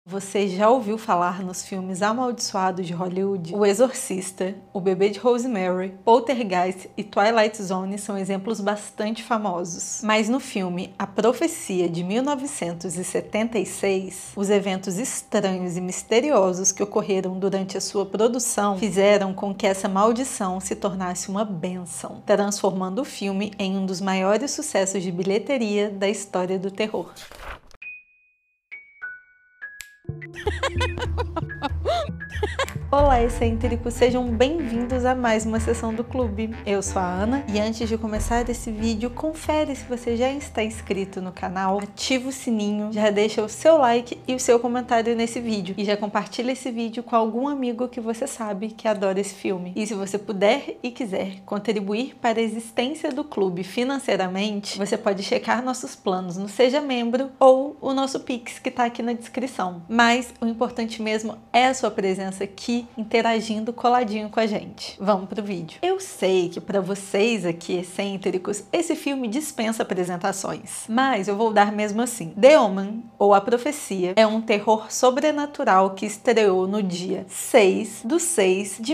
Você já ouviu falar nos filmes amaldiçoados de Hollywood? O Exorcista, O Bebê de Rosemary, Poltergeist e Twilight Zone são exemplos bastante famosos. Mas no filme A Profecia de 1976, os eventos estranhos e misteriosos que ocorreram durante a sua produção fizeram com que essa maldição se tornasse uma bênção, transformando o filme em um dos maiores sucessos de bilheteria da história do terror. Olá, excêntricos! Sejam bem-vindos a mais uma sessão do clube. Eu sou a Ana e antes de começar esse vídeo, confere se você já está inscrito no canal, ativa o sininho, já deixa o seu like e o seu comentário nesse vídeo e já compartilha esse vídeo com algum amigo que você sabe que adora esse filme. E se você puder e quiser contribuir para a existência do clube financeiramente, você pode checar nossos planos no Seja Membro ou o nosso Pix que está aqui na descrição. Mas o importante mesmo é a sua presença aqui, interagindo coladinho com a gente. Vamos pro vídeo. Eu sei que para vocês aqui excêntricos, esse filme dispensa apresentações, mas eu vou dar mesmo assim. The Omen, ou A Profecia, é um terror sobrenatural que estreou no dia 6/6 de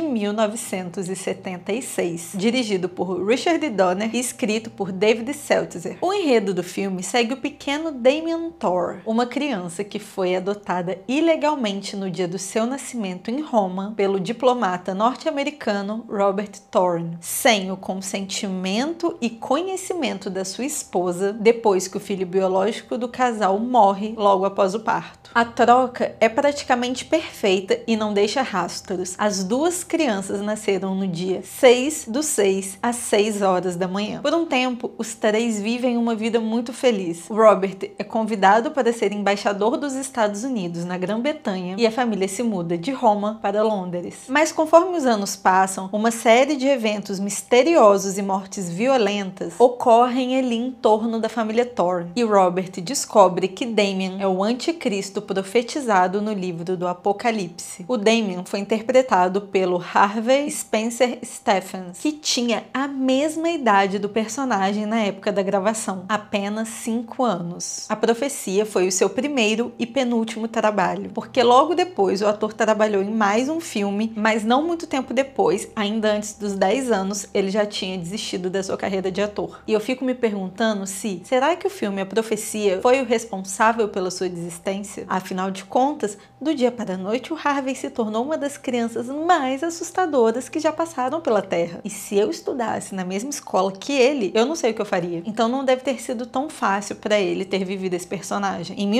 1976, dirigido por Richard Donner e escrito por David Seltzer. O enredo do filme segue o pequeno Damien Thor, uma criança que foi adotada ilegalmente no dia do seu nascimento em Roma pelo diplomata norte-americano Robert Thorne, sem o consentimento e conhecimento da sua esposa, depois que o filho biológico do casal morre logo após o parto. A troca é praticamente perfeita e não deixa rastros. As duas crianças nasceram no dia 6/6 às 6 horas da manhã. Por um tempo, os três vivem uma vida muito feliz. Robert é convidado para ser embaixador dos Estados Unidos na Grã-Bretanha e a família se muda de Roma para Londres. Mas conforme os anos passam, uma série de eventos misteriosos e mortes violentas ocorrem ali em torno da família Thorne, e Robert descobre que Damien é o anticristo profetizado no livro do Apocalipse. O Damien foi interpretado pelo Harvey Spencer Stephens, que tinha a mesma idade do personagem na época da gravação, apenas 5 anos. A Profecia foi o seu primeiro e penúltimo trabalho, porque logo depois o ator trabalhou em mais um filme, mas não muito tempo depois, ainda antes dos 10 anos, ele já tinha desistido da sua carreira de ator. E eu fico me perguntando se, será que o filme A Profecia foi o responsável pela sua desistência? Afinal de contas, do dia para a noite, o Harvey se tornou uma das crianças mais assustadoras que já passaram pela Terra. E se eu estudasse na mesma escola que ele, eu não sei o que eu faria. Então não deve ter sido tão fácil para ele ter vivido esse personagem. Em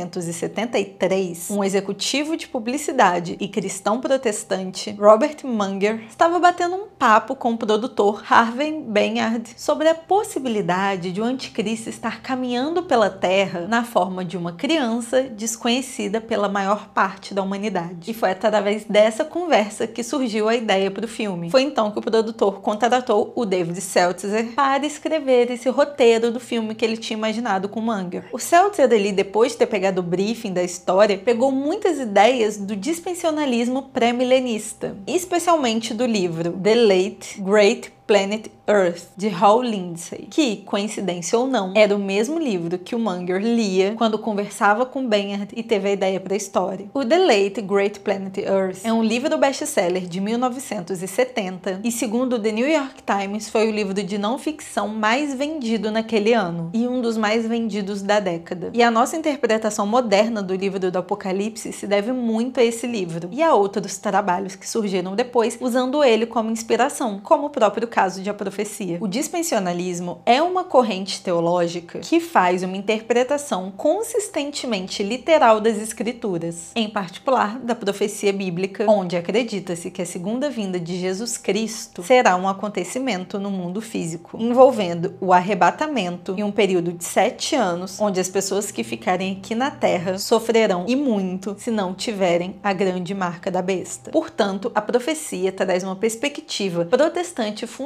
1973, um executivo de publicidade e cristão protestante, Robert Munger, estava batendo um papo com o produtor Harvey Benard sobre a possibilidade de o anticristo estar caminhando pela Terra na forma de uma criança desconhecida pela maior parte da humanidade. E foi através dessa conversa que surgiu a ideia para o filme. Foi então que o produtor contratou o David Seltzer para escrever esse roteiro do filme que ele tinha imaginado com Munger. O Seltzer, ali, depois de ter pegado o briefing da história, pegou muitas ideias do dispensacionalismo pré-milenista, especialmente do livro The Late Great Planet Earth, de Hal Lindsey, que, coincidência ou não, era o mesmo livro que o Munger lia quando conversava com Benard e teve a ideia para a história. O The Late Great Planet Earth é um livro best-seller de 1970 e, segundo The New York Times, foi o livro de não-ficção mais vendido naquele ano e um dos mais vendidos da década. E a nossa interpretação moderna do livro do Apocalipse se deve muito a esse livro e a outros trabalhos que surgiram depois usando ele como inspiração, como o próprio caso de A Profecia. O dispensacionalismo é uma corrente teológica que faz uma interpretação consistentemente literal das escrituras, em particular da profecia bíblica, onde acredita-se que a segunda vinda de Jesus Cristo será um acontecimento no mundo físico, envolvendo o arrebatamento e um período de 7 anos, onde as pessoas que ficarem aqui na Terra sofrerão e muito se não tiverem a grande marca da besta. Portanto, a profecia traz uma perspectiva protestante fundamental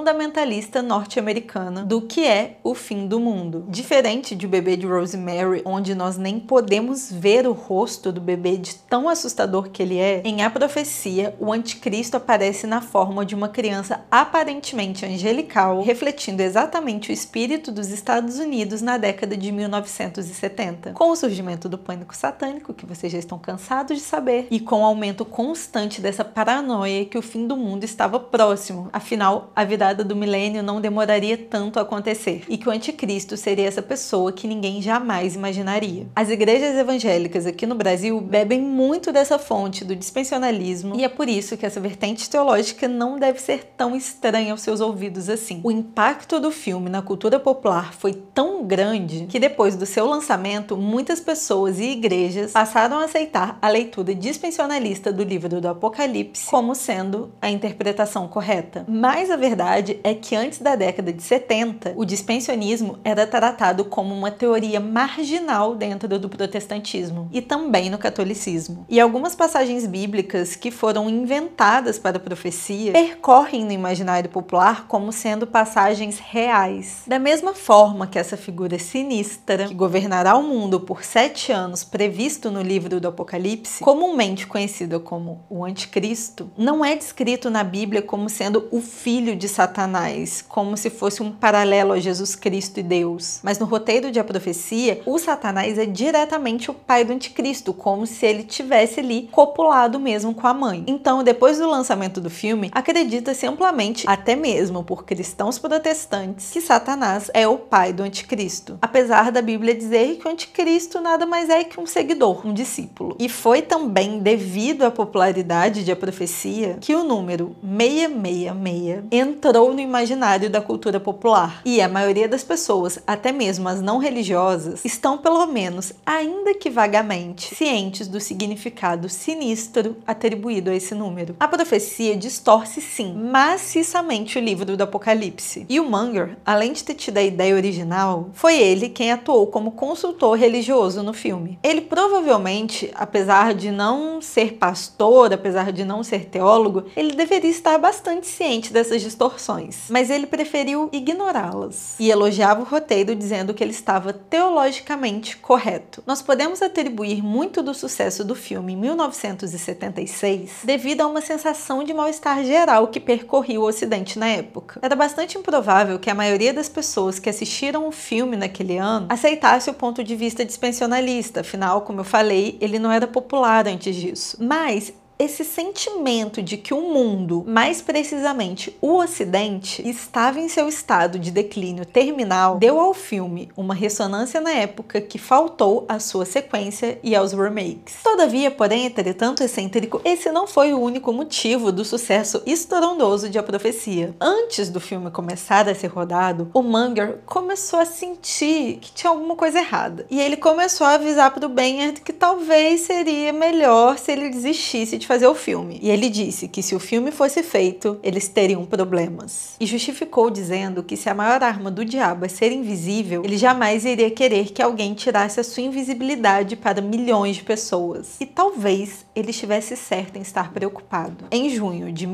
fundamentalista norte-americana do que é o fim do mundo. Diferente de O Bebê de Rosemary, onde nós nem podemos ver o rosto do bebê de tão assustador que ele é, em A Profecia, o anticristo aparece na forma de uma criança aparentemente angelical, refletindo exatamente o espírito dos Estados Unidos na década de 1970. Com o surgimento do pânico satânico, que vocês já estão cansados de saber, e com o aumento constante dessa paranoia que o fim do mundo estava próximo. Afinal, a virada do milênio não demoraria tanto a acontecer, e que o anticristo seria essa pessoa que ninguém jamais imaginaria. As igrejas evangélicas aqui no Brasil bebem muito dessa fonte do dispensacionalismo, e é por isso que essa vertente teológica não deve ser tão estranha aos seus ouvidos assim. O impacto do filme na cultura popular foi tão grande que depois do seu lançamento, muitas pessoas e igrejas passaram a aceitar a leitura dispensacionalista do livro do Apocalipse como sendo a interpretação correta. Mas a verdade é que antes da década de 70, o dispensacionismo era tratado como uma teoria marginal dentro do protestantismo e também no catolicismo. E algumas passagens bíblicas que foram inventadas para a profecia percorrem no imaginário popular como sendo passagens reais. Da mesma forma que essa figura sinistra, que governará o mundo por 7 anos, previsto no livro do Apocalipse, comumente conhecida como o Anticristo, não é descrito na Bíblia como sendo o filho de Satanás, como se fosse um paralelo a Jesus Cristo e Deus. Mas no roteiro de A Profecia, o Satanás é diretamente o pai do Anticristo, como se ele tivesse ali copulado mesmo com a mãe. Então, depois do lançamento do filme, acredita-se amplamente, até mesmo por cristãos protestantes, que Satanás é o pai do Anticristo. Apesar da Bíblia dizer que o Anticristo nada mais é que um seguidor, um discípulo. E foi também devido à popularidade de A Profecia que o número 666 entrou no imaginário da cultura popular. E a maioria das pessoas, até mesmo as não religiosas, estão pelo menos, ainda que vagamente, cientes do significado sinistro atribuído a esse número. A profecia distorce sim, maciçamente o livro do Apocalipse. E o Munger, além de ter tido a ideia original, foi ele quem atuou como consultor religioso no filme. Ele provavelmente, apesar de não ser pastor, apesar de não ser teólogo, ele deveria estar bastante ciente dessas distorções, mas ele preferiu ignorá-las e elogiava o roteiro dizendo que ele estava teologicamente correto. Nós podemos atribuir muito do sucesso do filme em 1976 devido a uma sensação de mal-estar geral que percorria o Ocidente na época. Era bastante improvável que a maioria das pessoas que assistiram o filme naquele ano aceitasse o ponto de vista dispensacionalista, afinal, como eu falei, ele não era popular antes disso. Mas esse sentimento de que o mundo, mais precisamente o Ocidente, estava em seu estado de declínio terminal, deu ao filme uma ressonância na época que faltou à sua sequência e aos remakes. Todavia, porém, entretanto excêntrico, esse não foi o único motivo do sucesso estrondoso de A Profecia. Antes do filme começar a ser rodado, o Munger começou a sentir que tinha alguma coisa errada. E ele começou a avisar para o Benioff que talvez seria melhor se ele desistisse de fazer o filme. E ele disse que se o filme fosse feito, eles teriam problemas. E justificou dizendo que se a maior arma do diabo é ser invisível, ele jamais iria querer que alguém tirasse a sua invisibilidade para milhões de pessoas. E talvez ele estivesse certo em estar preocupado. Em junho de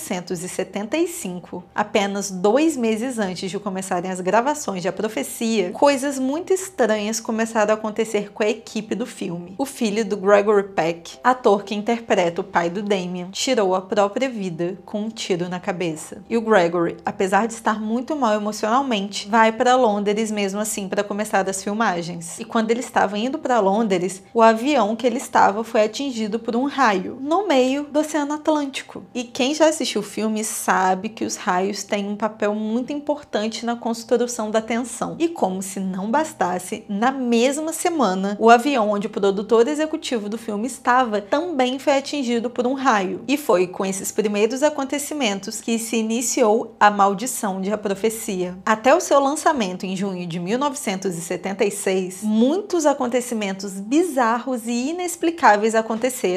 1975, apenas 2 meses antes de começarem as gravações de A Profecia, coisas muito estranhas começaram a acontecer com a equipe do filme. O filho do Gregory Peck, ator que interpreta o pai do Damien, tirou a própria vida com um tiro na cabeça. E o Gregory, apesar de estar muito mal emocionalmente, vai para Londres mesmo assim para começar as filmagens. E quando ele estava indo para Londres, o avião que ele estava foi atingido por um raio no meio do Oceano Atlântico. E quem já assistiu o filme sabe que os raios têm um papel muito importante na construção da tensão. E como se não bastasse, na mesma semana, o avião onde o produtor executivo do filme estava também foi atingido por um raio. E foi com esses primeiros acontecimentos que se iniciou a maldição de A Profecia. Até o seu lançamento em junho de 1976, muitos acontecimentos bizarros e inexplicáveis aconteceram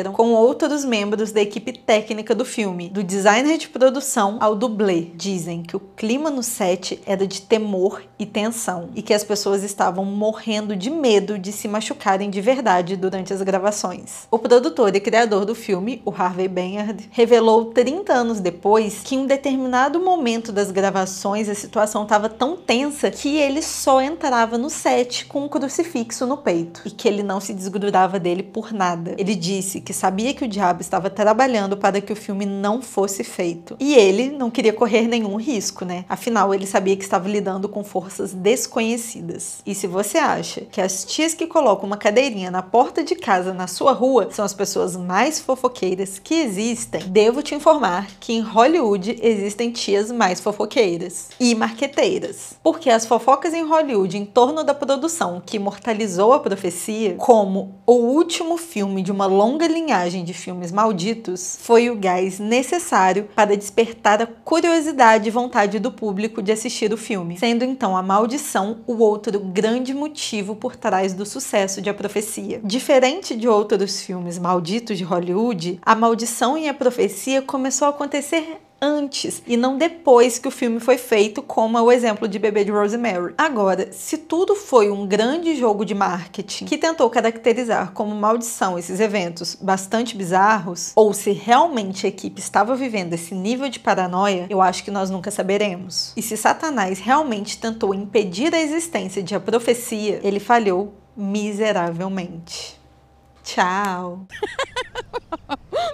aconteceram com outros membros da equipe técnica do filme, do designer de produção ao dublê. Dizem que o clima no set era de temor e tensão, e que as pessoas estavam morrendo de medo de se machucarem de verdade durante as gravações. O produtor e criador do filme, o Harvey Bernhard, revelou 30 anos depois que em um determinado momento das gravações a situação estava tão tensa que ele só entrava no set com um crucifixo no peito e que ele não se desgrudava dele por nada. Ele disse que sabia que o diabo estava trabalhando para que o filme não fosse feito. E ele não queria correr nenhum risco, né? Afinal, ele sabia que estava lidando com forças desconhecidas. E se você acha que as tias que colocam uma cadeirinha na porta de casa na sua rua são as pessoas mais fofoqueiras que existem, devo te informar que em Hollywood existem tias mais fofoqueiras e marqueteiras. Porque as fofocas em Hollywood em torno da produção que imortalizou a profecia, como o último filme de uma longa linhagem de filmes malditos, foi o gás necessário para despertar a curiosidade e vontade do público de assistir o filme, sendo então a maldição o outro grande motivo por trás do sucesso de A Profecia. Diferente de outros filmes malditos de Hollywood, A Maldição e A Profecia começou a acontecer antes e não depois que o filme foi feito, como é o exemplo de Bebê de Rosemary. Agora, se tudo foi um grande jogo de marketing que tentou caracterizar como maldição esses eventos bastante bizarros, ou se realmente a equipe estava vivendo esse nível de paranoia, eu acho que nós nunca saberemos. E se Satanás realmente tentou impedir a existência de A Profecia, ele falhou miseravelmente. Tchau!